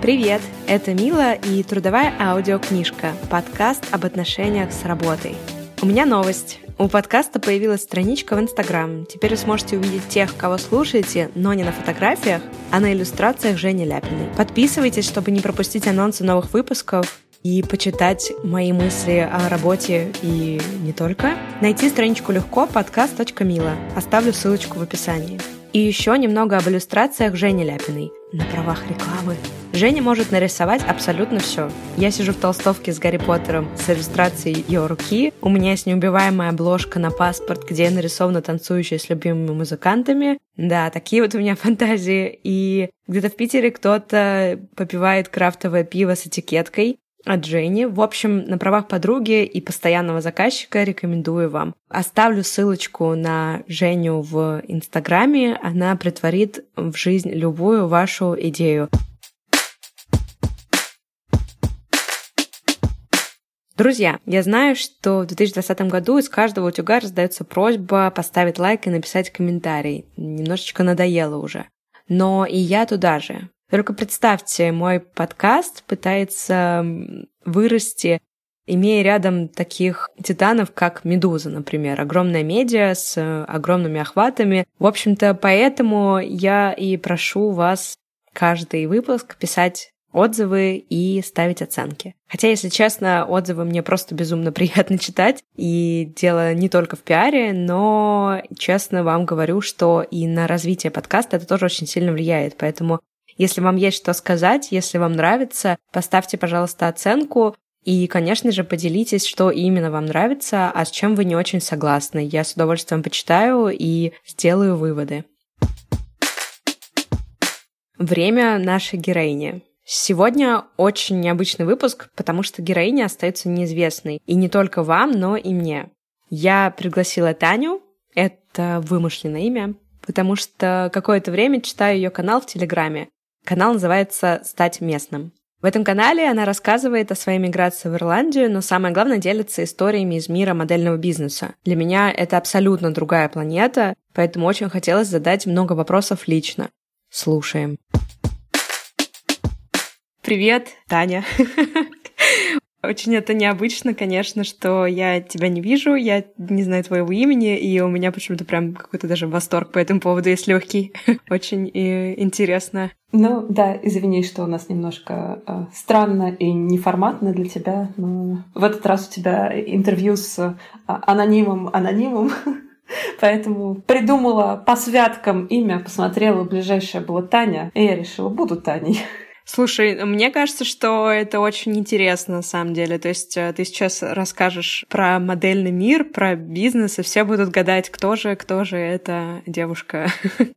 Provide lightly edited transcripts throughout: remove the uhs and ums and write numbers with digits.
Привет! Это Мила и трудовая аудиокнижка, подкаст об отношениях с работой. У меня новость. У подкаста появилась страничка в Инстаграм. Теперь вы сможете увидеть тех, кого слушаете, но не на фотографиях, а на иллюстрациях Жени Ляпиной. Подписывайтесь, чтобы не пропустить анонсы новых выпусков и почитать мои мысли о работе и не только. Найти страничку легко podcast.mila. Оставлю ссылочку в описании. И еще немного об иллюстрациях Жени Ляпиной. На правах рекламы. Женя может нарисовать абсолютно все. Я сижу в толстовке с Гарри Поттером с иллюстрацией ее руки. У меня есть неубиваемая обложка на паспорт, где я нарисована танцующая с любимыми музыкантами. Да, такие вот у меня фантазии. И где-то в Питере кто-то попивает крафтовое пиво с этикеткой от Жени. В общем, на правах подруги и постоянного заказчика рекомендую вам. Оставлю ссылочку на Женю в Инстаграме. Она претворит в жизнь любую вашу идею. Друзья, я знаю, что в 2020 году из каждого утюга раздается просьба поставить лайк и написать комментарий. Немножечко надоело уже. Но и я туда же. Только представьте, мой подкаст пытается вырасти, имея рядом таких титанов, как «Медуза», например. Огромная медиа с огромными охватами. В общем-то, поэтому я и прошу вас каждый выпуск писать отзывы и ставить оценки. Хотя, если честно, отзывы мне просто безумно приятно читать. И дело не только в пиаре, но честно вам говорю, что и на развитие подкаста это тоже очень сильно влияет. Поэтому если вам есть что сказать, если вам нравится, поставьте, пожалуйста, оценку. И, конечно же, поделитесь, что именно вам нравится, а с чем вы не очень согласны. Я с удовольствием почитаю и сделаю выводы. Время нашей героини. Сегодня очень необычный выпуск, потому что героиня остается неизвестной. И не только вам, но и мне. Я пригласила Таню, это вымышленное имя, потому что какое-то время читаю ее канал в Телеграме. Канал называется «Стать местным». В этом канале она рассказывает о своей миграции в Ирландию, но самое главное делится историями из мира модельного бизнеса. Для меня это абсолютно другая планета, поэтому очень хотелось задать много вопросов лично. Слушаем. Привет, Таня. Очень это необычно, конечно, что я тебя не вижу, я не знаю твоего имени, и у меня почему-то прям какой-то даже восторг по этому поводу есть легкий. Очень интересно. Ну да, извини, что у нас немножко странно и неформатно для тебя, но в этот раз у тебя интервью с анонимом, поэтому придумала по святкам имя, посмотрела, ближайшее было Таня, и я решила, буду Таней. Слушай, мне кажется, что это очень интересно на самом деле. То есть ты сейчас расскажешь про модельный мир, про бизнес, и все будут гадать, кто же эта девушка.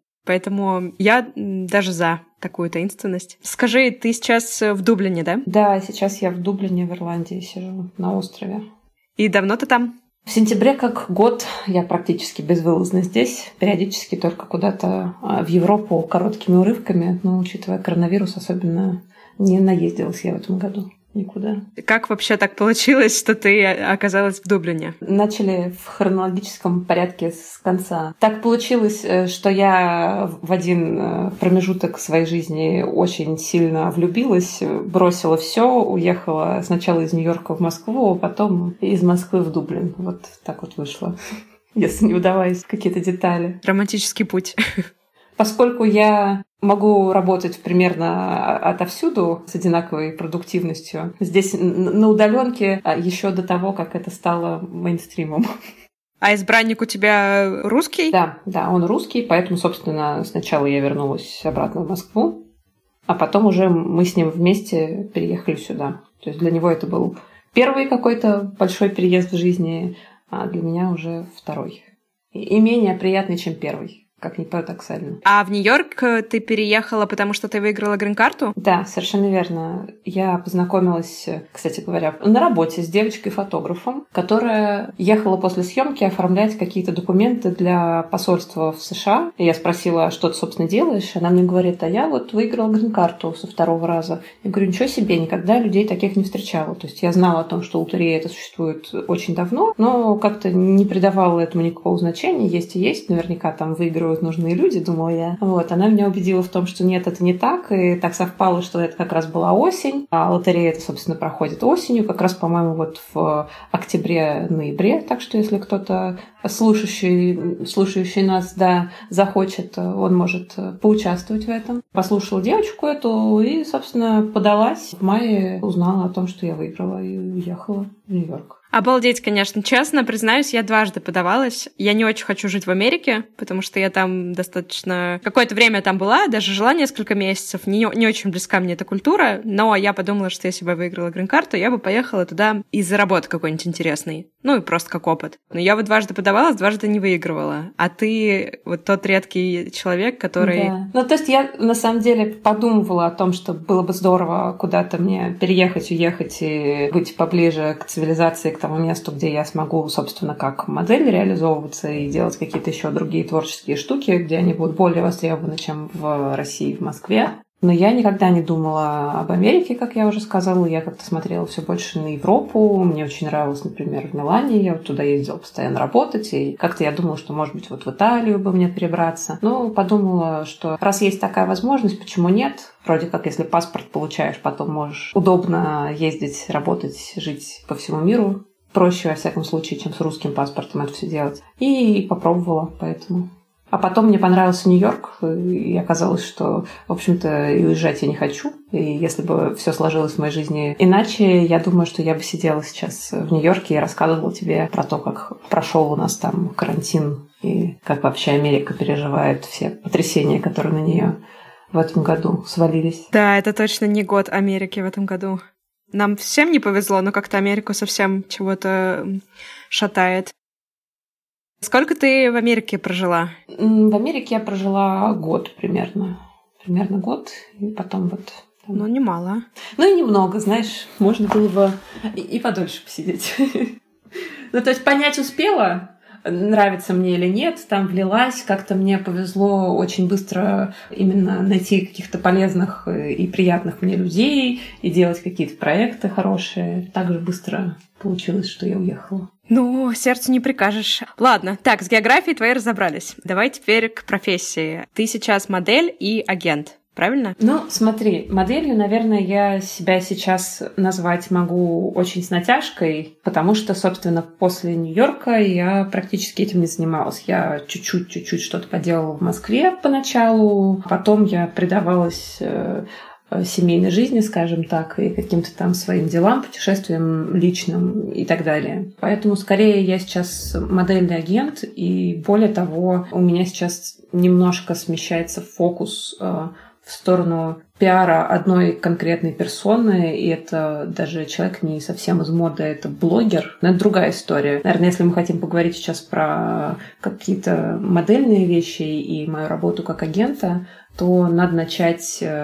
Поэтому я даже за такую таинственность. Скажи, ты сейчас в Дублине, да? Да, сейчас я в Дублине, в Ирландии сижу, на острове. И давно ты там? В сентябре как год я практически безвылазно здесь, периодически только куда-то в Европу короткими урывками, но, учитывая коронавирус, особенно не наездилась я в этом году никуда. Как вообще так получилось, что ты оказалась в Дублине? Начали в хронологическом порядке с конца. Так получилось, что я в один промежуток своей жизни очень сильно влюбилась, бросила все, уехала сначала из Нью-Йорка в Москву, а потом из Москвы в Дублин. Вот так вот вышло, если не удавались какие-то детали. Романтический путь. Поскольку я могу работать примерно отовсюду с одинаковой продуктивностью, здесь на удаленке еще до того, как это стало мейнстримом. А избранник у тебя русский? Да, он русский, поэтому, собственно, сначала я вернулась обратно в Москву, а потом уже мы с ним вместе переехали сюда. То есть для него это был первый какой-то большой переезд в жизни, а для меня уже второй. И менее приятный, чем первый. Как ни парадоксально. А в Нью-Йорк ты переехала, потому что ты выиграла грин-карту? Да, совершенно верно. Я познакомилась, кстати говоря, на работе с девочкой-фотографом, которая ехала после съемки оформлять какие-то документы для посольства в США. И я спросила, что ты, собственно, делаешь? Она мне говорит, а я вот выиграла грин-карту со второго раза. Я говорю, ничего себе, никогда людей таких не встречала. То есть я знала о том, что лотерея это существует очень давно, но как-то не придавала этому никакого значения. Есть и есть, наверняка там выигрывают выигрывают нужные люди, думала я. Вот, она меня убедила в том, что нет, это не так, и так совпало, что это как раз была осень, а лотерея это, собственно, проходит осенью, как раз, по-моему, вот в октябре-ноябре, так что если кто-то слушающий нас, да, захочет, он может поучаствовать в этом. Послушала девочку эту и, собственно, подалась. В мае узнала о том, что я выиграла и уехала в Нью-Йорк. Обалдеть, конечно. Честно, признаюсь, я дважды подавалась. Я не очень хочу жить в Америке, потому что я там достаточно... Какое-то время там была, даже жила несколько месяцев. Не очень близка мне эта культура, но я подумала, что если бы я выиграла грин-карту, я бы поехала туда из-за работы какой-нибудь интересной. Ну и просто как опыт. Но я вот дважды подавалась, дважды не выигрывала. А ты вот тот редкий человек, который... Да. Ну, то есть я, на самом деле, подумывала о том, что было бы здорово куда-то мне переехать, уехать и быть поближе к цивилизации, к тому месту, где я смогу, собственно, как модель реализовываться и делать какие-то еще другие творческие штуки, где они будут более востребованы, чем в России, в Москве. Но я никогда не думала об Америке, как я уже сказала. Я как-то смотрела все больше на Европу. Мне очень нравилось, например, в Милане. Я вот туда ездила постоянно работать. И как-то я думала, что, может быть, вот в Италию бы мне перебраться. Но подумала, что раз есть такая возможность, почему нет? Вроде как, если паспорт получаешь, потом можешь удобно ездить, работать, жить по всему миру. Проще, во всяком случае, чем с русским паспортом это все делать. И попробовала, поэтому... А потом мне понравился Нью-Йорк, и оказалось, что, в общем-то, и уезжать я не хочу. И если бы все сложилось в моей жизни иначе, я думаю, что я бы сидела сейчас в Нью-Йорке и рассказывала тебе про то, как прошел у нас там карантин, и как вообще Америка переживает все потрясения, которые на нее в этом году свалились. Да, это точно не год Америки в этом году. Нам всем не повезло, но как-то Америку совсем чего-то шатает. Сколько ты в Америке прожила? В Америке я прожила год примерно. Примерно год, и потом вот... Ну, немало. Ну, и немного, знаешь, можно было бы и подольше посидеть. Ну, то есть понять успела, нравится мне или нет, там влилась, как-то мне повезло очень быстро именно найти каких-то полезных и приятных мне людей и делать какие-то проекты хорошие. Так же быстро получилось, что я уехала. Ну, сердцу не прикажешь. Ладно, так, с географией твоей разобрались. Давай теперь к профессии. Ты сейчас модель и агент, правильно? Ну, смотри, моделью, наверное, я себя сейчас назвать могу очень с натяжкой, потому что, собственно, после Нью-Йорка я практически этим не занималась. Я чуть-чуть что-то поделала в Москве поначалу, потом я предавалась семейной жизни, скажем так, и каким-то там своим делам, путешествиям личным и так далее. Поэтому скорее я сейчас модельный агент, и более того, у меня сейчас немножко смещается фокус в сторону пиара одной конкретной персоны, и это даже человек не совсем из моды, это блогер. Но это другая история. Наверное, если мы хотим поговорить сейчас про какие-то модельные вещи и мою работу как агента, то надо начать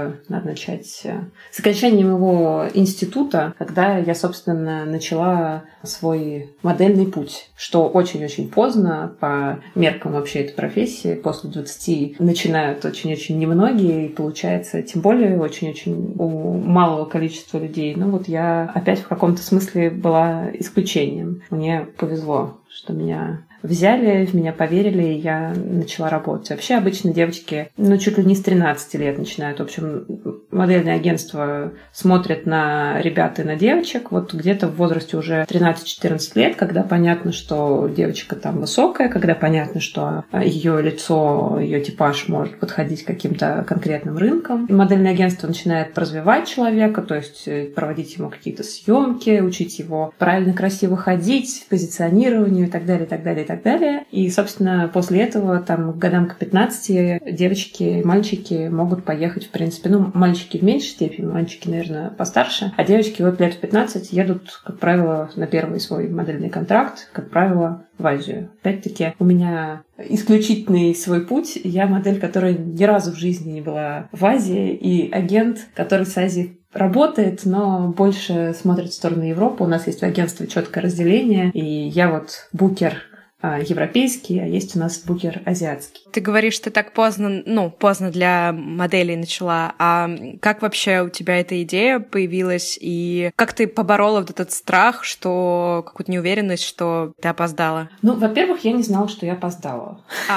с окончания моего института, когда я, собственно, начала свой модельный путь, что очень-очень поздно по меркам вообще этой профессии. После 20 начинают очень-очень немногие, и получается, тем более очень-очень у малого количества людей. Ну вот я опять в каком-то смысле была исключением. Мне повезло, что меня взяли, в меня поверили, и я начала работать. Вообще обычно девочки, чуть ли не с 13 лет начинают. В общем, модельное агентство смотрит на ребят и на девочек. Вот где-то в возрасте уже 13-14 лет, когда понятно, что девочка там высокая, когда понятно, что ее лицо, ее типаж может подходить к каким-то конкретным рынкам. И модельное агентство начинает развивать человека, то есть проводить ему какие-то съемки, учить его правильно, красиво ходить, позиционированию и так далее, и так далее, и так далее. И, собственно, после этого, там, к годам к 15 девочки и мальчики могут поехать, в принципе, мальчики в меньшей степени, мальчики, наверное, постарше, а девочки вот лет в 15 едут, как правило, на первый свой модельный контракт, как правило, в Азию. Опять-таки, у меня исключительный свой путь. Я модель, которая ни разу в жизни не была в Азии, и агент, который с Азией работает, но больше смотрит в сторону Европы. У нас есть в агентстве четкое разделение, и я вот букер европейский, а есть у нас букер азиатский. Ты говоришь, ты так поздно для моделей начала. А как вообще у тебя эта идея появилась? И как ты поборола вот этот страх, какую-то неуверенность, что ты опоздала? Во-первых, я не знала, что я опоздала.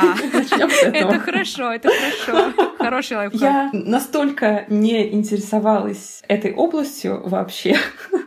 Это хорошо. Хороший лайфхак. Я настолько не интересовалась этой областью вообще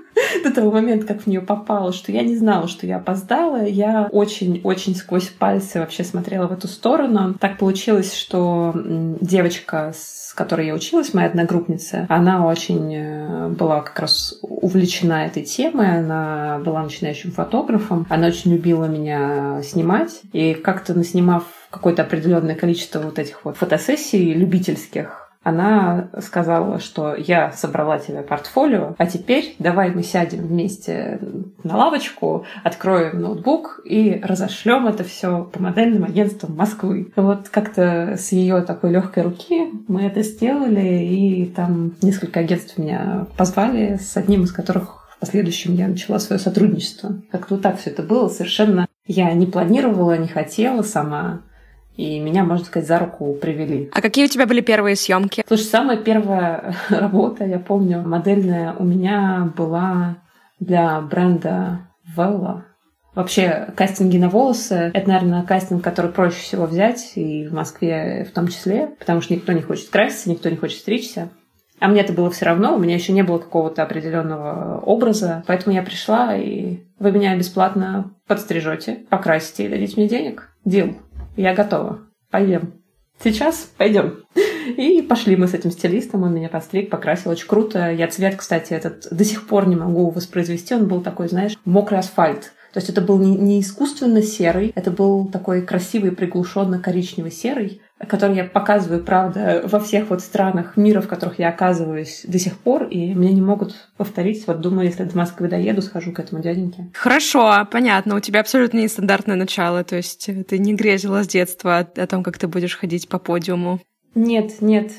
до того момента, как в нее попала, что я не знала, что я опоздала. Я очень-очень сквозь пальцы вообще смотрела в эту сторону. Так получилось, что девочка, с которой я училась, моя одногруппница, она очень была как раз увлечена этой темой. Она была начинающим фотографом. Она очень любила меня снимать. И как-то наснимав какое-то определенное количество вот этих вот фотосессий любительских, она сказала, что я собрала тебе портфолио, а теперь давай мы сядем вместе на лавочку, откроем ноутбук и разошлем это все по модельным агентствам Москвы. Вот как-то с ее такой легкой руки мы это сделали, и там несколько агентств меня позвали, с одним из которых в последующем я начала свое сотрудничество. Как-то вот так все это было совершенно. Я не планировала, не хотела сама. И меня, можно сказать, за руку привели. А какие у тебя были первые съемки? Слушай, самая первая работа, я помню, модельная у меня была для бренда Vella. Вообще, кастинги на волосы — это, наверное, кастинг, который проще всего взять, и в Москве в том числе, потому что никто не хочет краситься, никто не хочет стричься. А мне это было все равно, у меня еще не было какого-то определенного образа, поэтому я пришла, и вы меня бесплатно подстрижете, покрасите и дадите мне денег. Дил. Я готова. Пойдем. Сейчас пойдем. И пошли мы с этим стилистом, он меня подстриг, покрасил. Очень круто. Я цвет, кстати, этот до сих пор не могу воспроизвести. Он был такой, знаешь, мокрый асфальт. То есть это был не искусственно серый, это был такой красивый, приглушенно-коричневый серый, который я показываю, правда, во всех вот странах мира, в которых я оказываюсь до сих пор, и меня не могут повторить. Вот думаю, если до Москвы доеду, схожу к этому дяденьке. Хорошо, понятно. У тебя абсолютно нестандартное начало, то есть ты не грезила с детства о том, как ты будешь ходить по подиуму? Нет.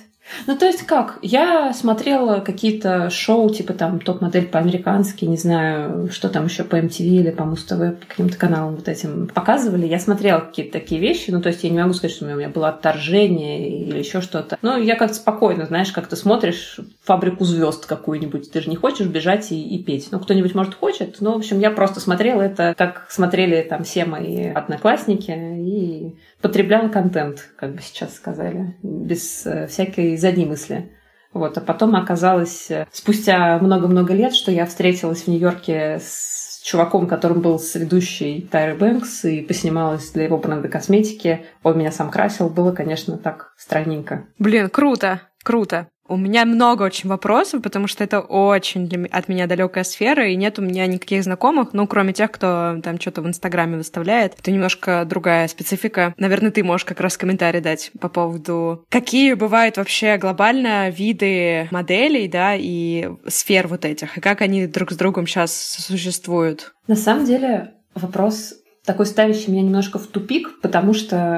То есть как? Я смотрела какие-то шоу, типа там топ-модель по-американски, не знаю, что там еще по MTV или по Муз-ТВ, по каким-то каналам вот этим показывали. Я смотрела какие-то такие вещи, то есть я не могу сказать, что у меня было отторжение или еще что-то. Но я как-то спокойно, знаешь, как ты смотришь «Фабрику звезд» какую-нибудь, ты же не хочешь бежать и петь. Кто-нибудь, может, хочет, но, в общем, я просто смотрела это, как смотрели там все мои одноклассники, и потребляла контент, как бы сейчас сказали, без всякой задней мысли. Вот. А потом оказалось, спустя много-много лет, что я встретилась в Нью-Йорке с чуваком, которым был соведущий Тайра Бэнкс, и поснималась для его бренда косметики. Он меня сам красил. Было, конечно, так странненько. Блин, круто! У меня много очень вопросов, потому что это очень от меня далекая сфера, и нет у меня никаких знакомых, кроме тех, кто там что-то в Инстаграме выставляет. Это немножко другая специфика. Наверное, ты можешь как раз комментарий дать по поводу, какие бывают вообще глобально виды моделей, да, и сфер вот этих, и как они друг с другом сейчас существуют. На самом деле вопрос такой, ставящий меня немножко в тупик, потому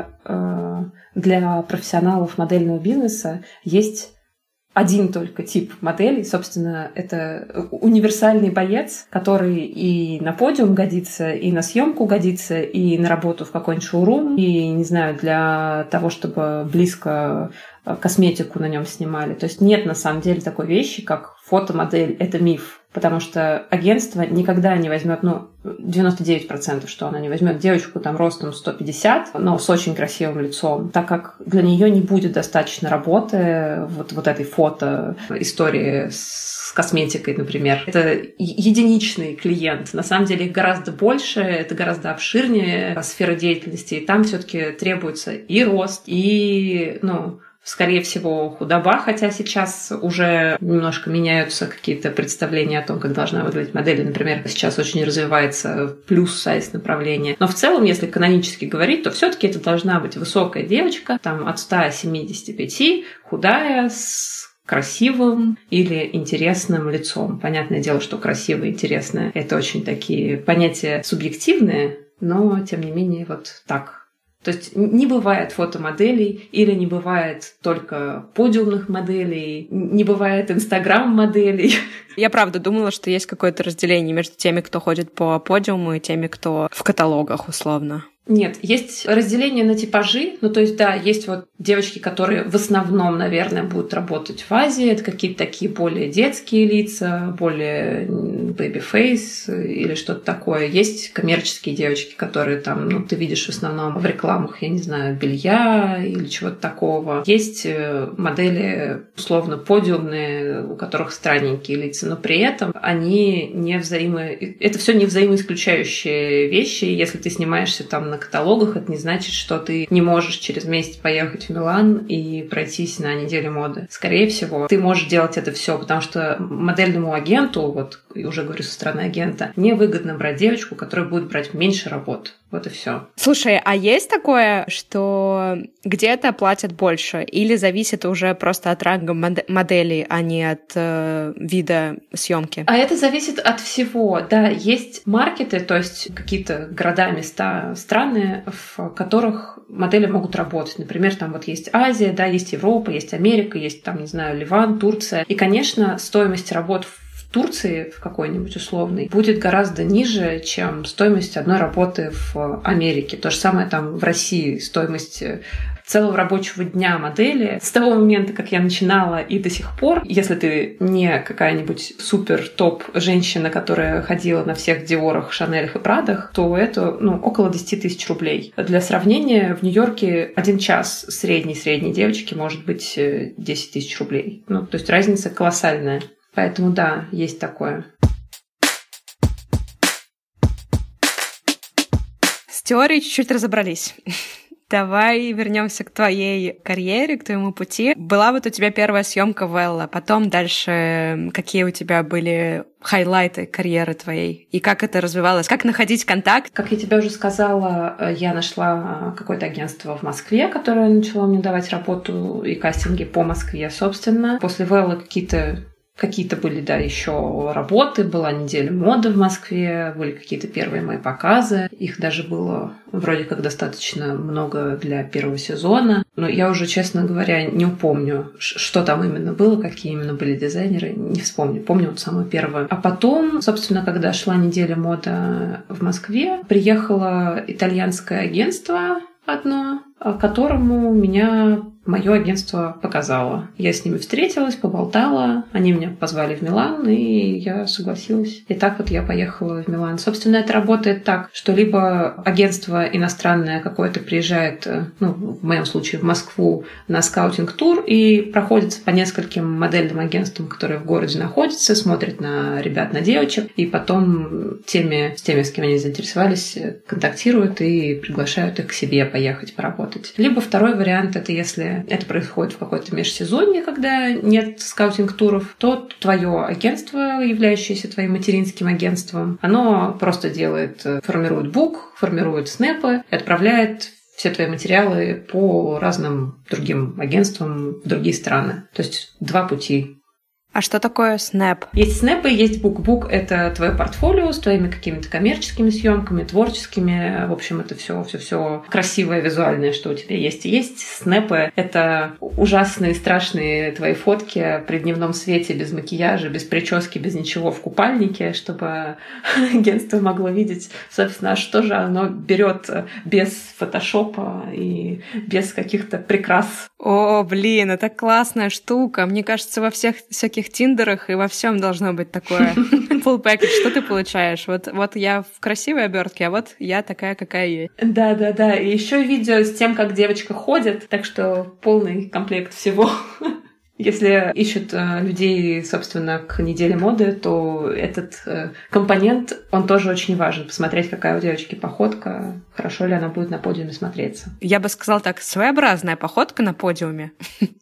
что для профессионалов модельного бизнеса есть один только тип моделей, собственно, это универсальный боец, который и на подиум годится, и на съемку годится, и на работу в какой-нибудь шоурум, и, не знаю, для того, чтобы близко косметику на нем снимали. То есть нет на самом деле такой вещи, как фотомодель. Это миф. Потому что агентство никогда не возьмет, 99%, что она не возьмет девочку там ростом 150, но с очень красивым лицом, так как для нее не будет достаточно работы вот этой фото истории с косметикой, например. Это единичный клиент. На самом деле их гораздо больше, это гораздо обширнее сфера деятельности, и там все-таки требуется и рост, и, скорее всего, худоба, хотя сейчас уже немножко меняются какие-то представления о том, как должна выглядеть модель. Например, сейчас очень развивается плюс-сайз направление. Но в целом, если канонически говорить, то все-таки это должна быть высокая девочка, там от 175, худая, с красивым или интересным лицом. Понятное дело, что красивое и интересное — это очень такие понятия субъективные, но, тем не менее, вот так. То есть не бывает фотомоделей, или не бывает только подиумных моделей, не бывает инстаграм-моделей. Я правда думала, что есть какое-то разделение между теми, кто ходит по подиуму, и теми, кто в каталогах, условно. Нет, есть разделение на типажи. Ну, то есть, да, есть вот девочки, которые в основном, наверное, будут работать в Азии. Это какие-то такие более детские лица, более baby-face или что-то такое. Есть коммерческие девочки, которые там, ну, ты видишь в основном в рекламах, я не знаю, белья или чего-то такого. Есть модели, условно, подиумные, у которых странненькие лица, но при этом они это все не взаимоисключающие вещи. Если ты снимаешься там на каталогах, это не значит, что ты не можешь через месяц поехать в Милан и пройтись на неделю моды. Скорее всего, ты можешь делать это все, потому что модельному агенту, вот уже говорю со стороны агента, невыгодно брать девочку, которая будет брать меньше работ. Вот и все. Слушай, а есть такое, что где-то платят больше? Или зависит уже просто от ранга модели, а не от вида съемки? А это зависит от всего. Да, есть маркеты, то есть какие-то города, места, страны, в которых модели могут работать. Например, там вот есть Азия, да, есть Европа, есть Америка, есть там, не знаю, Ливан, Турция. И, конечно, стоимость работ в Турции в какой-нибудь условной будет гораздо ниже, чем стоимость одной работы в Америке. То же самое там в России. Стоимость целого рабочего дня модели с того момента, как я начинала и до сих пор, если ты не какая-нибудь супер-топ женщина, которая ходила на всех Диорах, Шанелях и Прадах, то это около 10 тысяч рублей. Для сравнения, в Нью-Йорке 1 час средней девочки может быть 10 тысяч рублей. То есть разница колоссальная. Поэтому да, есть такое. С теорией чуть-чуть разобрались. Давай вернемся к твоей карьере, к твоему пути. Была вот у тебя первая съемка Велла, потом дальше какие у тебя были хайлайты карьеры твоей? И как это развивалось? Как находить контакт? Как я тебе уже сказала, я нашла какое-то агентство в Москве, которое начало мне давать работу и кастинги по Москве, собственно. После Велла какие-то были, да, еще работы, была неделя моды в Москве, были какие-то первые мои показы. Их даже было вроде как достаточно много для первого сезона. Но я уже, честно говоря, не упомню, что там именно было, какие именно были дизайнеры, не вспомню. Помню вот самую первую. А потом, собственно, когда шла неделя мода в Москве, приехало итальянское агентство одно, которому меня мое агентство показало. Я с ними встретилась, поболтала, они меня позвали в Милан, и я согласилась. И так вот я поехала в Милан. Собственно, это работает так, что либо агентство иностранное какое-то приезжает, в моем случае в Москву, на скаутинг-тур и проходится по нескольким модельным агентствам, которые в городе находятся, смотрит на ребят, на девочек, и потом с теми, с кем они заинтересовались, контактируют и приглашают их к себе поехать поработать. Либо второй вариант — это если это происходит в какое-то межсезонье, когда нет скаутинг-туров, то твое агентство, являющееся твоим материнским агентством, оно просто формирует бук, формирует снэпы и отправляет все твои материалы по разным другим агентствам в другие страны. То есть 2 пути. А что такое снэп? Есть снэпы, есть бук. Бук — это твое портфолио с твоими какими-то коммерческими съемками, творческими. В общем, это все красивое, визуальное, что у тебя есть. И есть снэпы — это ужасные, страшные твои фотки при дневном свете, без макияжа, без прически, без ничего, в купальнике, чтобы агентство могло видеть, собственно, что же оно берет без фотошопа и без каких-то прикрас. О, блин, это классная штука. Мне кажется, во всяких тиндерах и во всем должно быть такое full package. Что ты получаешь? Вот я в красивой обертке, а вот я такая, какая есть. Да. И еще видео с тем, как девочка ходит, так что полный комплект всего. Если ищут людей, собственно, к неделе моды, то этот компонент, он тоже очень важен. Посмотреть, какая у девочки походка, хорошо ли она будет на подиуме смотреться. Я бы сказала так, своеобразная походка на подиуме.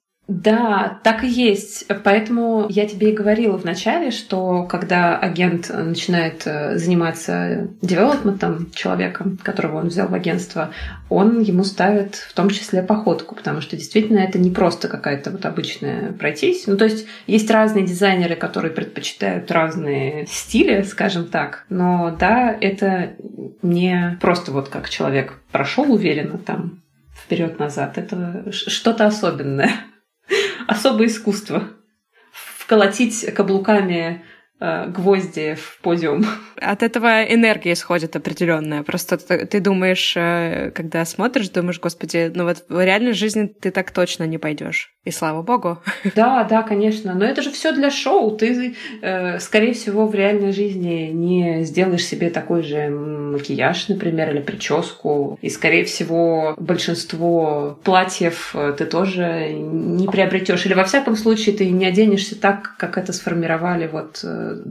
Да, так и есть. Поэтому я тебе и говорила вначале, что когда агент начинает заниматься девелопментом человека, которого он взял в агентство, он ему ставит в том числе походку, потому что действительно это не просто какая-то вот обычная пройтись. То есть есть разные дизайнеры, которые предпочитают разные стили, скажем так. Но да, это не просто вот как человек прошел уверенно там вперед-назад. Это что-то особенное. Особое искусство. Вколотить каблуками гвозди в подиум. От этого энергия исходит определенная. Просто ты думаешь, когда смотришь, думаешь, господи, ну вот в реальной жизни ты так точно не пойдешь. И слава богу. Да, конечно. Но это же все для шоу. Ты, скорее всего, в реальной жизни не сделаешь себе такой же макияж, например, или прическу. И, скорее всего, большинство платьев ты тоже не приобретешь. Или, во всяком случае, ты не оденешься так, как это сформировали вот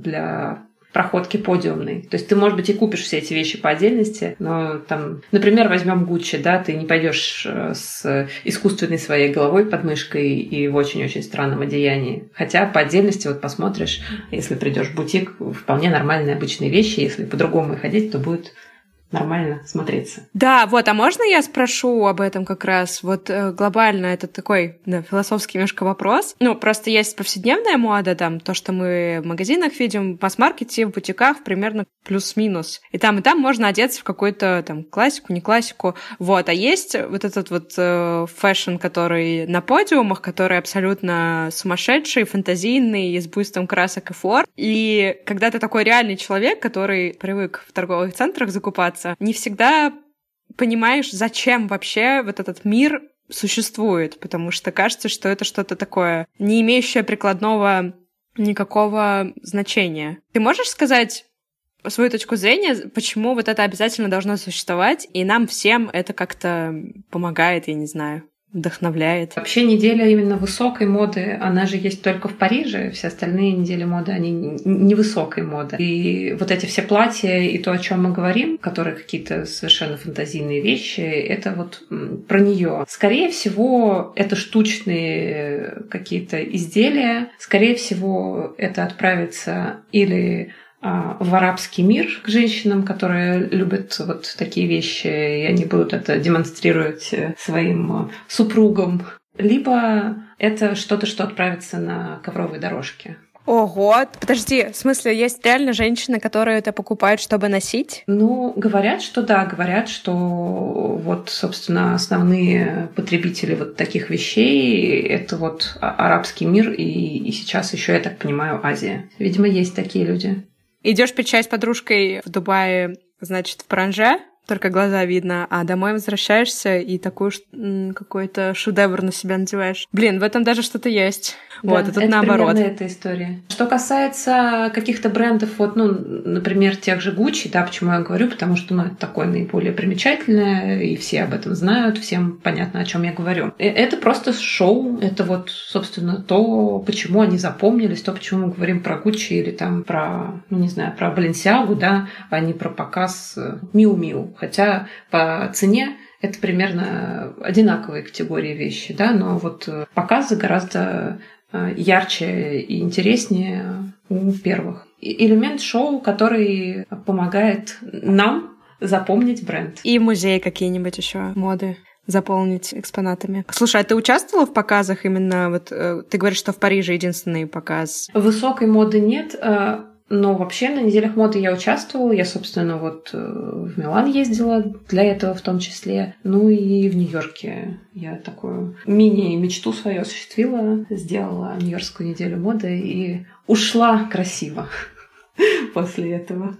для проходки подиумной. То есть ты, может быть, и купишь все эти вещи по отдельности, но там, например, возьмем Гуччи, да, ты не пойдешь с искусственной своей головой под мышкой и в очень-очень странном одеянии. Хотя по отдельности вот посмотришь, если придешь в бутик, вполне нормальные обычные вещи, если по-другому их одеть, то будет нормально смотреться. Да, вот, а можно я спрошу об этом как раз? Вот глобально это такой, да, философский немножко вопрос. Ну, просто есть повседневная мода, там, то, что мы в магазинах видим, в масс-маркете, в бутиках примерно плюс-минус. И там можно одеться в какую-то там классику, не классику. Вот, а есть вот этот вот фэшн, который на подиумах, который абсолютно сумасшедший, фантазийный, с буйством красок и форм. И когда ты такой реальный человек, который привык в торговых центрах закупаться, не всегда понимаешь, зачем вообще вот этот мир существует, потому что кажется, что это что-то такое, не имеющее прикладного никакого значения. Ты можешь сказать свою точку зрения, почему вот это обязательно должно существовать, и нам всем это как-то помогает, я не знаю, вдохновляет? Вообще неделя именно высокой моды, она же есть только в Париже, все остальные недели моды, они не высокой моды. И вот эти все платья и то, о чем мы говорим, которые какие-то совершенно фантазийные вещи, это вот про нее. Скорее всего, это штучные какие-то изделия, скорее всего, это отправится или в арабский мир к женщинам, которые любят вот такие вещи, и они будут это демонстрировать своим супругам. Либо это что-то, что отправится на ковровые дорожки. Ого, подожди, в смысле, есть реально женщины, которые это покупают, чтобы носить? Ну, говорят, что да, говорят, что вот, собственно, основные потребители вот таких вещей — это вот арабский мир и сейчас еще, я так понимаю, Азия. Видимо, есть такие люди. Идешь пить чай с подружкой в Дубае, значит, в паранже, только глаза видно, а домой возвращаешься и такой какой-то шедевр на себя надеваешь. Блин, в этом даже что-то есть. Да, вот, и тут это наоборот. Примерно эта история. Что касается каких-то брендов, вот, ну, например, тех же Gucci, да, почему я говорю, потому что, ну, это такое наиболее примечательное, и все об этом знают, всем понятно, о чем я говорю. Это просто шоу, это вот, собственно, то, почему они запомнились, то, почему мы говорим про Gucci или там про, ну, не знаю, про Balenciaga, да, а не про показ Miu Miu. Хотя по цене это примерно одинаковые категории вещи, да, но вот показы гораздо ярче и интереснее у первых. Элемент шоу, который помогает нам запомнить бренд. И музеи какие-нибудь еще моды заполнить экспонатами. Слушай, а ты участвовала в показах именно вот? Ты говоришь, что в Париже единственный показ. Высокой моды нет. Но вообще на неделях моды я участвовала. Я, собственно, вот в Милан ездила для этого в том числе. Ну и в Нью-Йорке я такую мини-мечту свою осуществила. Сделала Нью-Йоркскую неделю моды и ушла красиво после этого.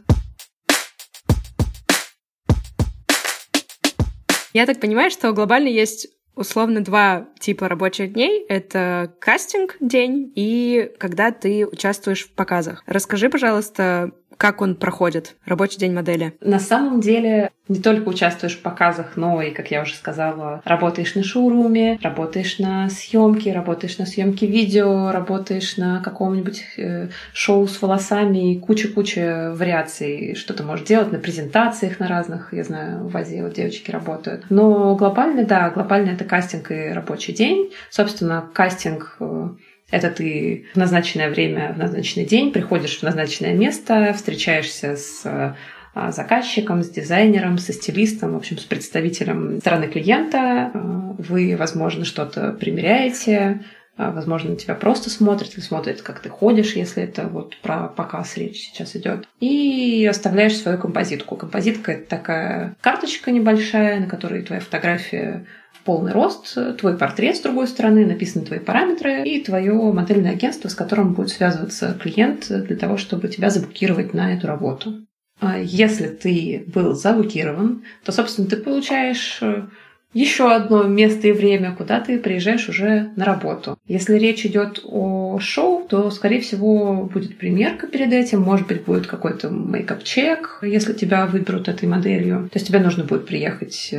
Я так понимаю, что глобально есть условно два типа рабочих дней. Это кастинг-день и когда ты участвуешь в показах. Расскажи, пожалуйста, как он проходит, рабочий день модели? На самом деле не только участвуешь в показах, но и, как я уже сказала, работаешь на шоуруме, работаешь на съемке видео, работаешь на каком-нибудь шоу с волосами и куча-куча вариаций, что ты можешь делать на презентациях на разных, я знаю, в Азии вот девочки работают. Но глобально, да, глобально это кастинг и рабочий день. Собственно, кастинг — это ты в назначенное время, в назначенный день приходишь в назначенное место, встречаешься с заказчиком, с дизайнером, со стилистом, в общем, с представителем стороны клиента. Вы, возможно, что-то примеряете, возможно, на тебя просто смотрят или смотрят, как ты ходишь, если это вот про показ речь сейчас идет. И оставляешь свою композитку. Композитка — это такая карточка небольшая, на которой твоя фотография в полный рост, твой портрет с другой стороны, написаны твои параметры и твое модельное агентство, с которым будет связываться клиент для того, чтобы тебя заблокировать на эту работу. Если ты был заблокирован, то, собственно, ты получаешь еще одно место и время, куда ты приезжаешь уже на работу. Если речь идет о шоу, то, скорее всего, будет примерка перед этим, может быть, будет какой-то мейкап-чек, если тебя выберут этой моделью. То есть тебе нужно будет приехать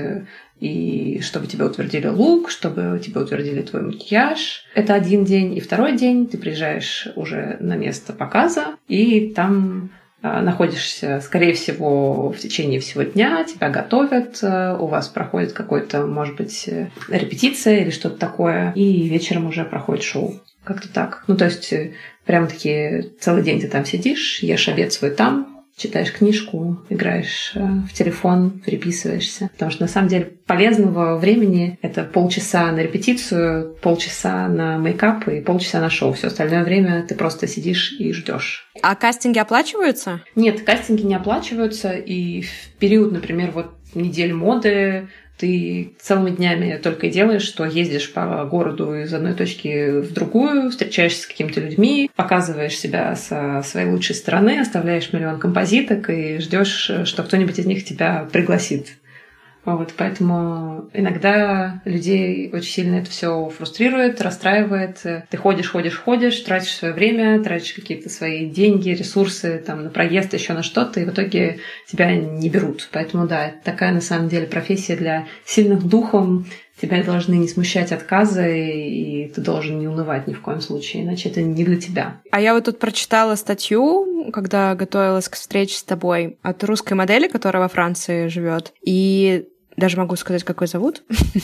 и чтобы тебе утвердили лук, чтобы тебе утвердили твой макияж. Это один день. И второй день ты приезжаешь уже на место показа, и там находишься, скорее всего, в течение всего дня, тебя готовят, у вас проходит какой-то, может быть, репетиция или что-то такое, и вечером уже проходит шоу. Как-то так. Ну, то есть, прям-таки целый день ты там сидишь, ешь обед свой там, читаешь книжку, играешь в телефон, переписываешься. Потому что, на самом деле, полезного времени — это полчаса на репетицию, полчаса на мейкап и полчаса на шоу. Все остальное время ты просто сидишь и ждешь. А кастинги оплачиваются? Нет, кастинги не оплачиваются. И в период, например, вот недель моды ты целыми днями только и делаешь, что ездишь по городу из одной точки в другую, встречаешься с какими-то людьми, показываешь себя со своей лучшей стороны, оставляешь миллион композиток и ждешь, что кто-нибудь из них тебя пригласит. Вот, поэтому иногда людей очень сильно это все фрустрирует, расстраивает. Ты ходишь, тратишь свое время, тратишь какие-то свои деньги, ресурсы там, на проезд, еще на что-то, и в итоге тебя не берут. Поэтому да, это такая на самом деле профессия для сильных духом. Тебя должны не смущать отказы, и ты должен не унывать ни в коем случае, иначе это не для тебя. А я вот тут прочитала статью, когда готовилась к встрече с тобой, от русской модели, которая во Франции живет, и даже могу сказать, какой зовут.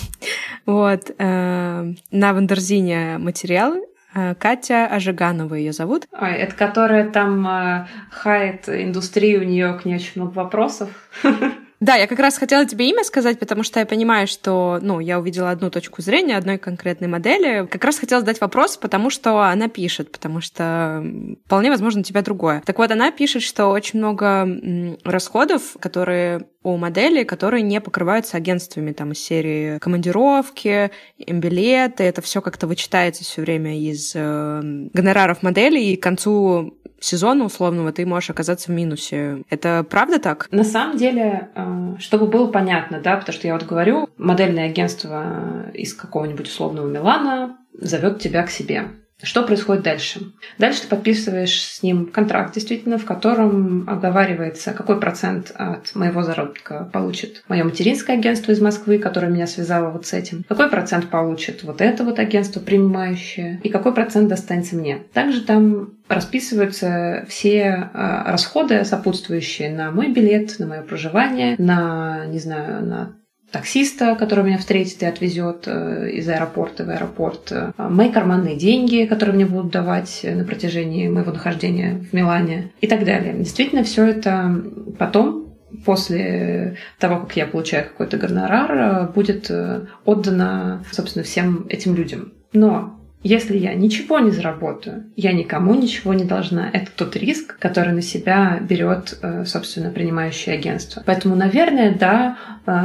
Вот. На Вандерзине материалы. Катя Ажиганова ее зовут. Ой, это которая там хает индустрию, у нее к ней очень много вопросов. Да, я как раз хотела тебе имя сказать, потому что я понимаю, что, я увидела одну точку зрения одной конкретной модели. Как раз хотела задать вопрос, потому что она пишет, потому что вполне возможно у тебя другое. Так вот, она пишет, что очень много расходов, которые у модели, которые не покрываются агентствами, там, из серии командировки, билеты, это все как-то вычитается все время из гонораров модели, и к концу сезона условного ты можешь оказаться в минусе. Это правда так? На самом деле, чтобы было понятно, да, потому что я вот говорю, модельное агентство из какого-нибудь условного Милана зовет тебя к себе. Что происходит дальше? Дальше ты подписываешь с ним контракт, действительно, в котором оговаривается, какой процент от моего заработка получит мое материнское агентство из Москвы, которое меня связало вот с этим, какой процент получит вот это вот агентство принимающее, и какой процент достанется мне. Также там расписываются все расходы, сопутствующие на мой билет, на мое проживание, на, не знаю, на таксиста, который меня встретит и отвезет из аэропорта в аэропорт, мои карманные деньги, которые мне будут давать на протяжении моего нахождения в Милане и так далее. Действительно, все это потом, после того, как я получаю какой-то гонорар, будет отдано, собственно, всем этим людям. Но если я ничего не заработаю, я никому ничего не должна. Это тот риск, который на себя берет, собственно, принимающее агентство. Поэтому, наверное, да,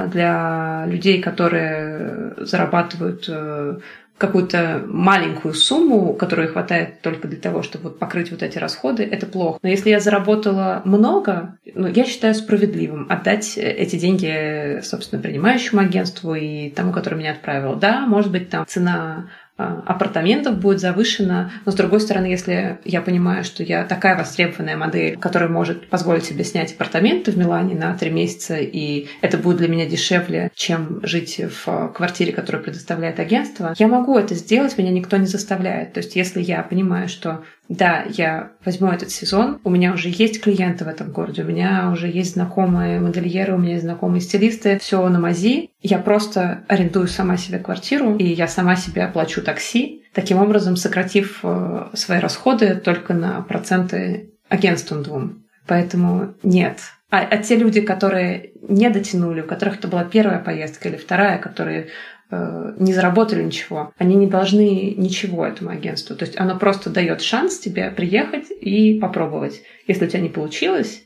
для людей, которые зарабатывают какую-то маленькую сумму, которой хватает только для того, чтобы вот покрыть вот эти расходы, это плохо. Но если я заработала много, я считаю справедливым отдать эти деньги, собственно, принимающему агентству и тому, который меня отправил. Да, может быть, там цена апартаментов будет завышена, но с другой стороны, если я понимаю, что я такая востребованная модель, которая может позволить себе снять апартаменты в Милане на 3 месяца, и это будет для меня дешевле, чем жить в квартире, которую предоставляет агентство, я могу это сделать, меня никто не заставляет. То есть если я понимаю, что да, я возьму этот сезон, у меня уже есть клиенты в этом городе, у меня уже есть знакомые модельеры, у меня есть знакомые стилисты, все на мази. Я просто арендую сама себе квартиру, и я сама себе оплачу такси, таким образом сократив свои расходы только на проценты агентствам 2. Поэтому нет. А те люди, которые не дотянули, у которых это была первая поездка или вторая, которые не заработали ничего, они не должны ничего этому агентству. То есть оно просто дает шанс тебе приехать и попробовать. Если у тебя не получилось,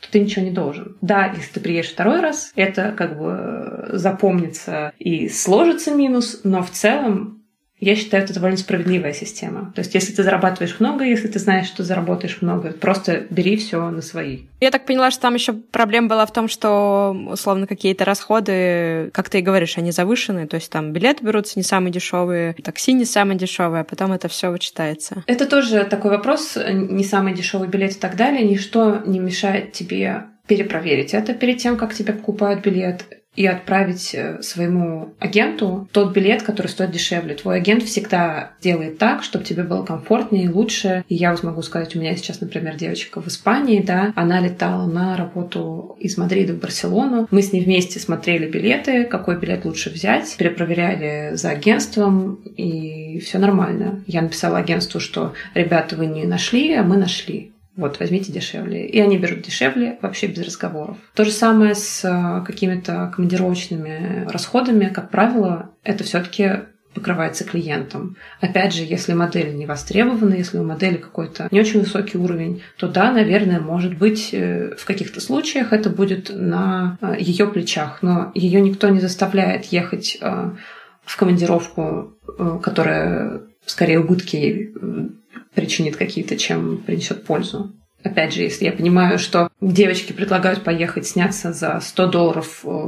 то ты ничего не должен. Да, если ты приедешь второй раз, это как бы запомнится и сложится минус, но в целом я считаю, это довольно справедливая система. То есть, если ты зарабатываешь много, если ты знаешь, что заработаешь много, просто бери все на свои. Я так поняла, что там еще проблема была в том, что, условно, какие-то расходы, как ты и говоришь, они завышены. То есть там билеты берутся не самые дешевые, такси не самые дешевые, а потом это все вычитается. Это тоже такой вопрос, не самый дешевый билет и так далее. Ничто не мешает тебе перепроверить это перед тем, как тебе покупают билет, и отправить своему агенту тот билет, который стоит дешевле. Твой агент всегда делает так, чтобы тебе было комфортнее и лучше. И я могу сказать, у меня сейчас, например, девочка в Испании, да, она летала на работу из Мадрида в Барселону. Мы с ней вместе смотрели билеты, какой билет лучше взять, перепроверяли за агентством, и все нормально. Я написала агентству, что, ребята, вы не нашли, а мы нашли. Вот, возьмите дешевле. И они берут дешевле вообще без разговоров. То же самое с какими-то командировочными расходами. Как правило, это все-таки покрывается клиентом. Опять же, если модель не востребована, если у модели какой-то не очень высокий уровень, то да, наверное, может быть, в каких-то случаях это будет на ее плечах. Но ее никто не заставляет ехать в командировку, которая скорее убытки причинит какие-то, чем принесет пользу. Опять же, если я понимаю, что девочке предлагают поехать сняться за $100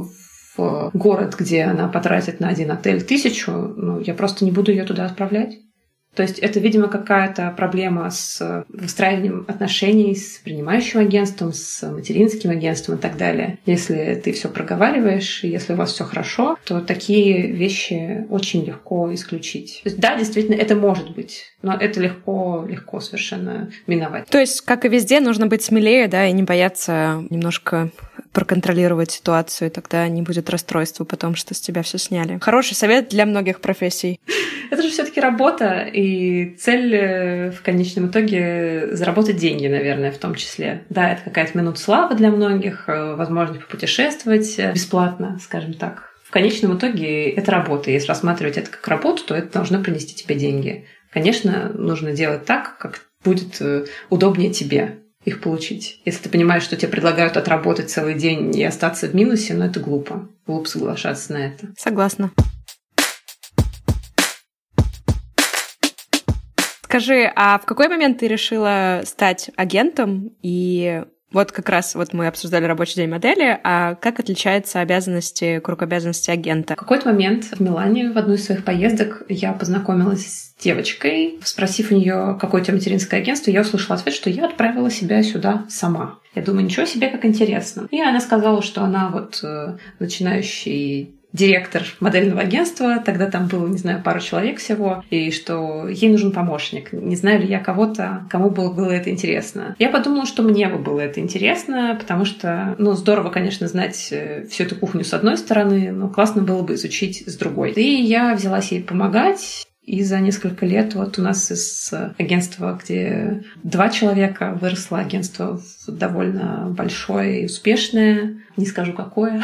в город, где она потратит на один отель 1000, я просто не буду ее туда отправлять. То есть это, видимо, какая-то проблема с выстраиванием отношений с принимающим агентством, с материнским агентством и так далее. Если ты все проговариваешь, если у вас все хорошо, то такие вещи очень легко исключить. То есть, да, действительно, это может быть, но это легко совершенно миновать. То есть, как и везде, нужно быть смелее, да, и не бояться немножко проконтролировать ситуацию, и тогда не будет расстройства потом, что с тебя все сняли. Хороший совет для многих профессий. Это же все-таки работа, и цель в конечном итоге заработать деньги, наверное, в том числе. Да, это какая-то минута славы для многих, возможность попутешествовать бесплатно, скажем так. В конечном итоге это работа. Если рассматривать это как работу, то это должно принести тебе деньги. Конечно, нужно делать так, как будет удобнее тебе их получить. Если ты понимаешь, что тебе предлагают отработать целый день и остаться в минусе, это глупо. Глупо соглашаться на это. Согласна. Скажи, а в какой момент ты решила стать агентом? И вот как раз мы обсуждали рабочий день модели, а как отличаются круг обязанностей агента? В какой-то момент в Милане в одну из своих поездок я познакомилась с девочкой. Спросив у нее, какое у тебя материнское агентство, я услышала ответ, что я отправила себя сюда сама. Я думаю, ничего себе, как интересно. И она сказала, что она начинающий директор модельного агентства, тогда там было, пару человек всего, и что ей нужен помощник. Не знаю ли я кого-то, кому было это интересно. Я подумала, что мне бы было это интересно, потому что, здорово, конечно, знать всю эту кухню с одной стороны, но классно было бы изучить с другой. И я взялась ей помогать. И за несколько лет у нас из агентства, где 2 человека, выросло агентство довольно большое и успешное. Не скажу, какое.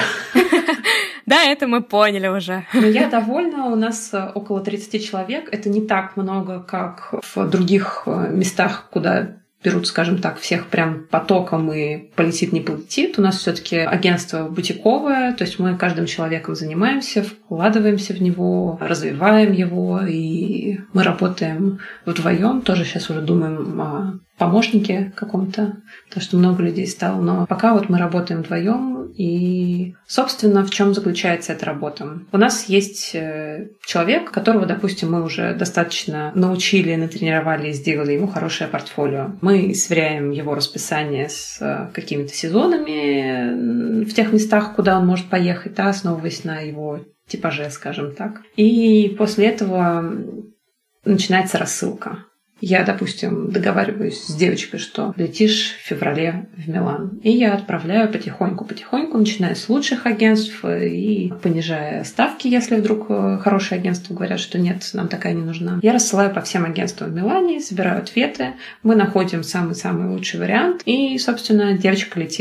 Да, это мы поняли уже. Но я довольна. У нас около 30 человек. Это не так много, как в других местах, куда берут, скажем так, всех прям потоком и полетит, не полетит. У нас все-таки агентство бутиковое, то есть мы каждым человеком занимаемся, вкладываемся в него, развиваем его, и мы работаем вдвоем. Тоже сейчас уже думаем о помощнике каком-то, потому что много людей стало. Но пока мы работаем вдвоем. И, собственно, в чем заключается эта работа? У нас есть человек, которого, допустим, мы уже достаточно научили, натренировали и сделали ему хорошее портфолио. Мы сверяем его расписание с какими-то сезонами в тех местах, куда он может поехать, основываясь на его типаже, скажем так. И после этого начинается рассылка. Я, допустим, договариваюсь с девочкой, что летишь в феврале в Милан. И я отправляю потихоньку, начиная с лучших агентств и понижая ставки, если вдруг хорошие агентства говорят, что нет, нам такая не нужна. Я рассылаю по всем агентствам в Милане, собираю ответы, мы находим самый-самый лучший вариант, и, собственно, девочка летит.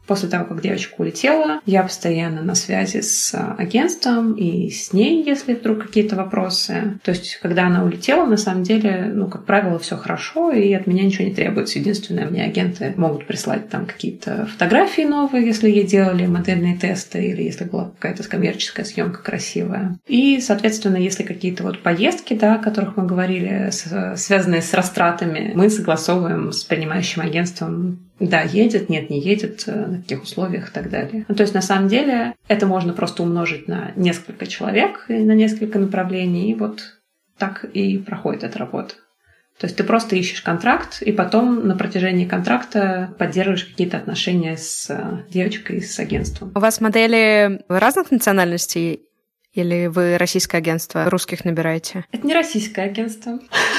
После того, как девочка улетела, я постоянно на связи с агентством и с ней, если вдруг какие-то вопросы. То есть, когда она улетела, на самом деле, как правило, все хорошо, и от меня ничего не требуется. Единственное, мне агенты могут прислать там какие-то фотографии новые, если ей делали модельные тесты, или если была какая-то коммерческая съемка красивая. И, соответственно, если какие-то поездки, да, о которых мы говорили, связанные с растратами, мы согласовываем с принимающим агентством. Да, едет, нет, не едет, на каких условиях и так далее. То есть, на самом деле, это можно просто умножить на несколько человек, на несколько направлений, и так и проходит эта работа. То есть ты просто ищешь контракт, и потом на протяжении контракта поддерживаешь какие-то отношения с девочкой, с агентством. У вас модели разных национальностей? Или вы российское агентство, русских набираете? Это не российское агентство.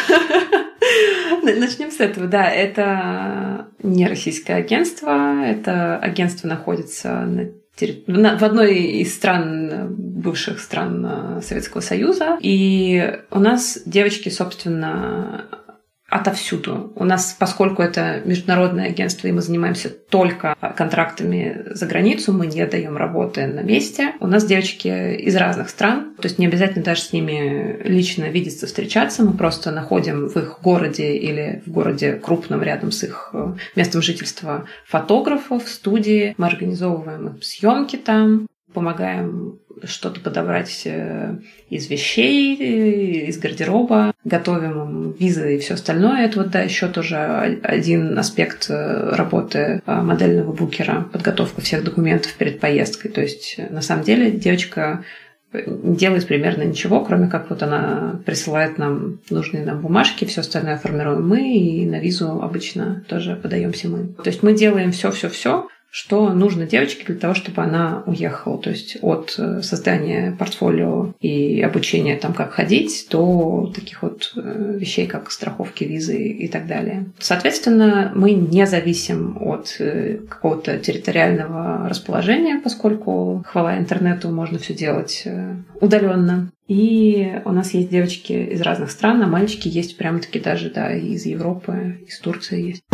Начнем с этого. Да, это не российское агентство. Это агентство находится в одной из бывших стран Советского Союза. И у нас девочки, собственно, отовсюду. У нас, поскольку это международное агентство, и мы занимаемся только контрактами за границу, мы не даем работы на месте. У нас девочки из разных стран, то есть не обязательно даже с ними лично видеться, встречаться. Мы просто находим в их городе или в городе крупном рядом с их местом жительства фотографов, студии. Мы организовываем им съемки там, помогаем что-то подобрать из вещей, из гардероба, готовим им визы и все остальное. Это еще тоже один аспект работы модельного букера, подготовка всех документов перед поездкой. То есть, на самом деле, девочка не делает примерно ничего, кроме как она присылает нам нужные нам бумажки, все остальное формируем мы, и на визу обычно тоже подаемся мы. То есть мы делаем все, что нужно девочке для того, чтобы она уехала. То есть от создания портфолио и обучения как ходить, до таких вещей, как страховки визы и так далее. Соответственно, мы не зависим от какого-то территориального расположения, поскольку, хвала интернету, можно все делать удаленно. И у нас есть девочки из разных стран, а мальчики есть прямо-таки даже из Европы, из Турции есть.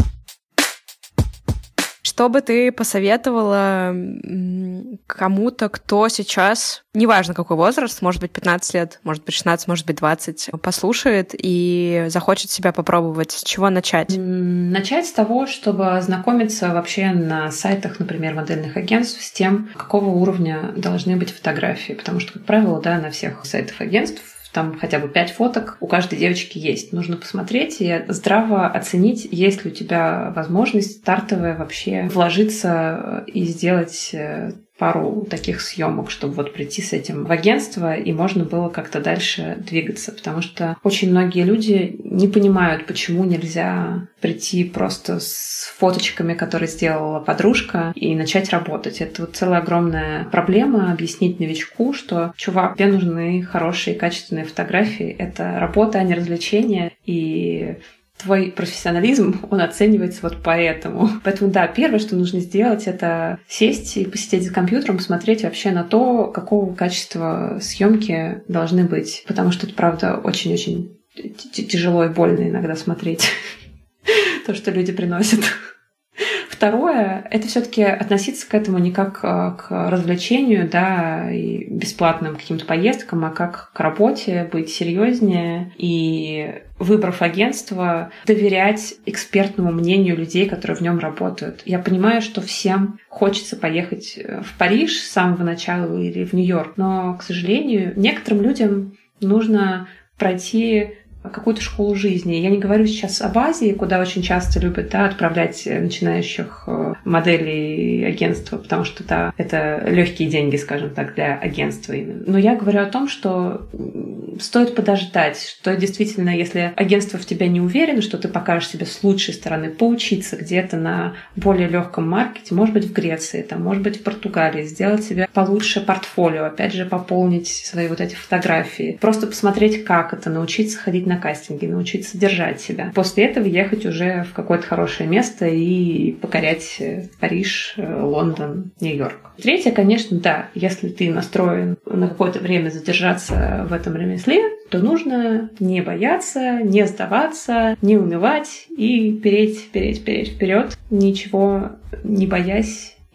Что бы ты посоветовала кому-то, кто сейчас, неважно какой возраст, может быть 15 лет, может быть 16, может быть 20, послушает и захочет себя попробовать? С чего начать? Начать с того, чтобы ознакомиться вообще на сайтах, например, модельных агентств с тем, какого уровня должны быть фотографии. Потому что, как правило, на всех сайтах агентств там хотя бы 5 фоток у каждой девочки есть. Нужно посмотреть и здраво оценить, есть ли у тебя возможность стартовая вообще вложиться и сделать пару таких съемок, чтобы прийти с этим в агентство, и можно было как-то дальше двигаться. Потому что очень многие люди не понимают, почему нельзя прийти просто с фоточками, которые сделала подружка, и начать работать. Это целая огромная проблема — объяснить новичку, что, чувак, тебе нужны хорошие, качественные фотографии. Это работа, а не развлечение. И твой профессионализм, он оценивается поэтому. Поэтому, да, первое, что нужно сделать, это сесть и посидеть за компьютером, посмотреть вообще на то, какого качества съемки должны быть. Потому что это, правда, очень-очень тяжело и больно иногда смотреть то, что люди приносят. Второе — это все-таки относиться к этому не как к развлечению, и бесплатным каким-то поездкам, а как к работе, быть серьезнее и, выбрав агентство, доверять экспертному мнению людей, которые в нем работают. Я понимаю, что всем хочется поехать в Париж с самого начала или в Нью-Йорк, но, к сожалению, некоторым людям нужно пройти какую-то школу жизни. Я не говорю сейчас об Азии, куда очень часто любят отправлять начинающих моделей агентства, потому что это легкие деньги, скажем так, для агентства именно. Но я говорю о том, что стоит подождать, что действительно, если агентство в тебя не уверено, что ты покажешь себя с лучшей стороны, поучиться где-то на более легком маркете, может быть, в Греции, может быть, в Португалии, сделать себе получше портфолио, опять же, пополнить свои эти фотографии, просто посмотреть, как это, научиться ходить на кастинги, научиться держать себя. После этого ехать уже в какое-то хорошее место и покорять Париж, Лондон, Нью-Йорк. Третье, конечно, да, если ты настроен на какое-то время задержаться в этом ремесле, то нужно не бояться, не сдаваться, не унывать и переть вперед, ничего не боясь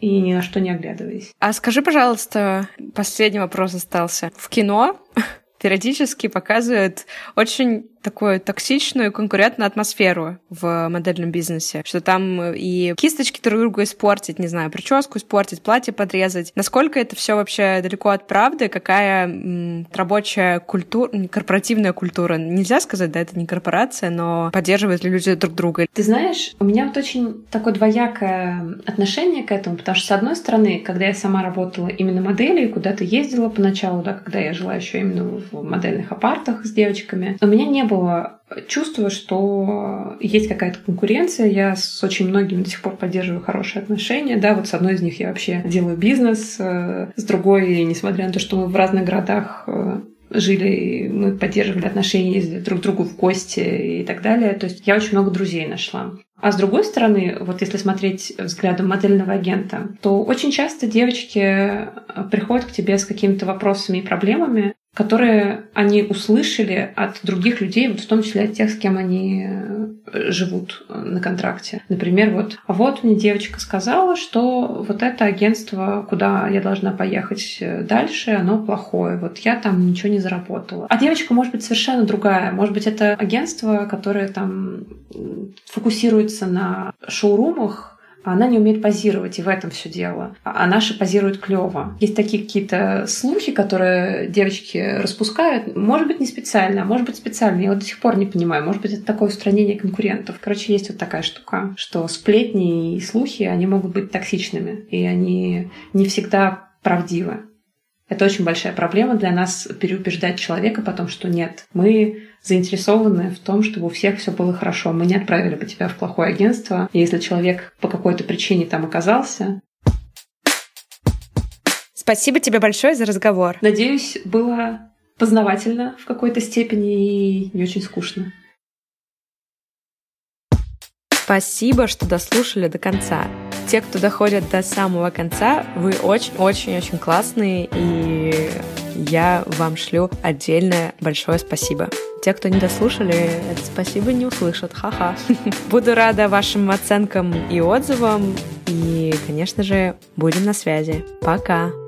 и ни на что не оглядываясь. А скажи, пожалуйста, последний вопрос остался. В кино периодически показывают очень такую токсичную конкурентную атмосферу в модельном бизнесе, что там и кисточки друг другу испортить, не знаю, прическу испортить, платье подрезать. Насколько это все вообще далеко от правды? Какая рабочая культура, корпоративная культура? Нельзя сказать, да, это не корпорация, но поддерживают ли люди друг друга? Ты знаешь, у меня вот очень такое двоякое отношение к этому, потому что, с одной стороны, когда я сама работала именно моделью, куда-то ездила поначалу, да, когда я жила еще именно в модельных апартах с девочками, у меня не было чувство, что есть какая-то конкуренция. Я с очень многими до сих пор поддерживаю хорошие отношения. Да, вот с одной из них я вообще делаю бизнес, с другой, несмотря на то, что мы в разных городах жили, мы поддерживали отношения, ездили друг к другу в гости и так далее. То есть я очень много друзей нашла. А с другой стороны, вот если смотреть взглядом модельного агента, то очень часто девочки приходят к тебе с какими-то вопросами и проблемами, которые они услышали от других людей, вот в том числе от тех, с кем они живут на контракте. Например, вот мне девочка сказала, что вот это агентство, куда я должна поехать дальше, оно плохое. Вот я там ничего не заработала. А девочка может быть совершенно другая. Может быть, это агентство, которое там фокусируется на шоурумах, а она не умеет позировать, и в этом все дело. А наши позируют клёво. Есть такие какие-то слухи, которые девочки распускают. Может быть, не специально, а может быть, специально. Я вот до сих пор не понимаю. Может быть, это такое устранение конкурентов. Короче, есть вот такая штука, что сплетни и слухи, они могут быть токсичными, и они не всегда правдивы. Это очень большая проблема для нас переубеждать человека потом, что нет, мы заинтересованы в том, чтобы у всех все было хорошо. Мы не отправили бы тебя в плохое агентство. И если человек по какой-то причине там оказался... Спасибо тебе большое за разговор. Надеюсь, было познавательно в какой-то степени и не очень скучно. Спасибо, что дослушали до конца. Те, кто доходят до самого конца, вы очень-очень-очень классные, и я вам шлю отдельное большое спасибо. Те, кто не дослушали, это спасибо не услышат. Ха-ха. Буду рада вашим оценкам и отзывам, и, конечно же, будем на связи. Пока!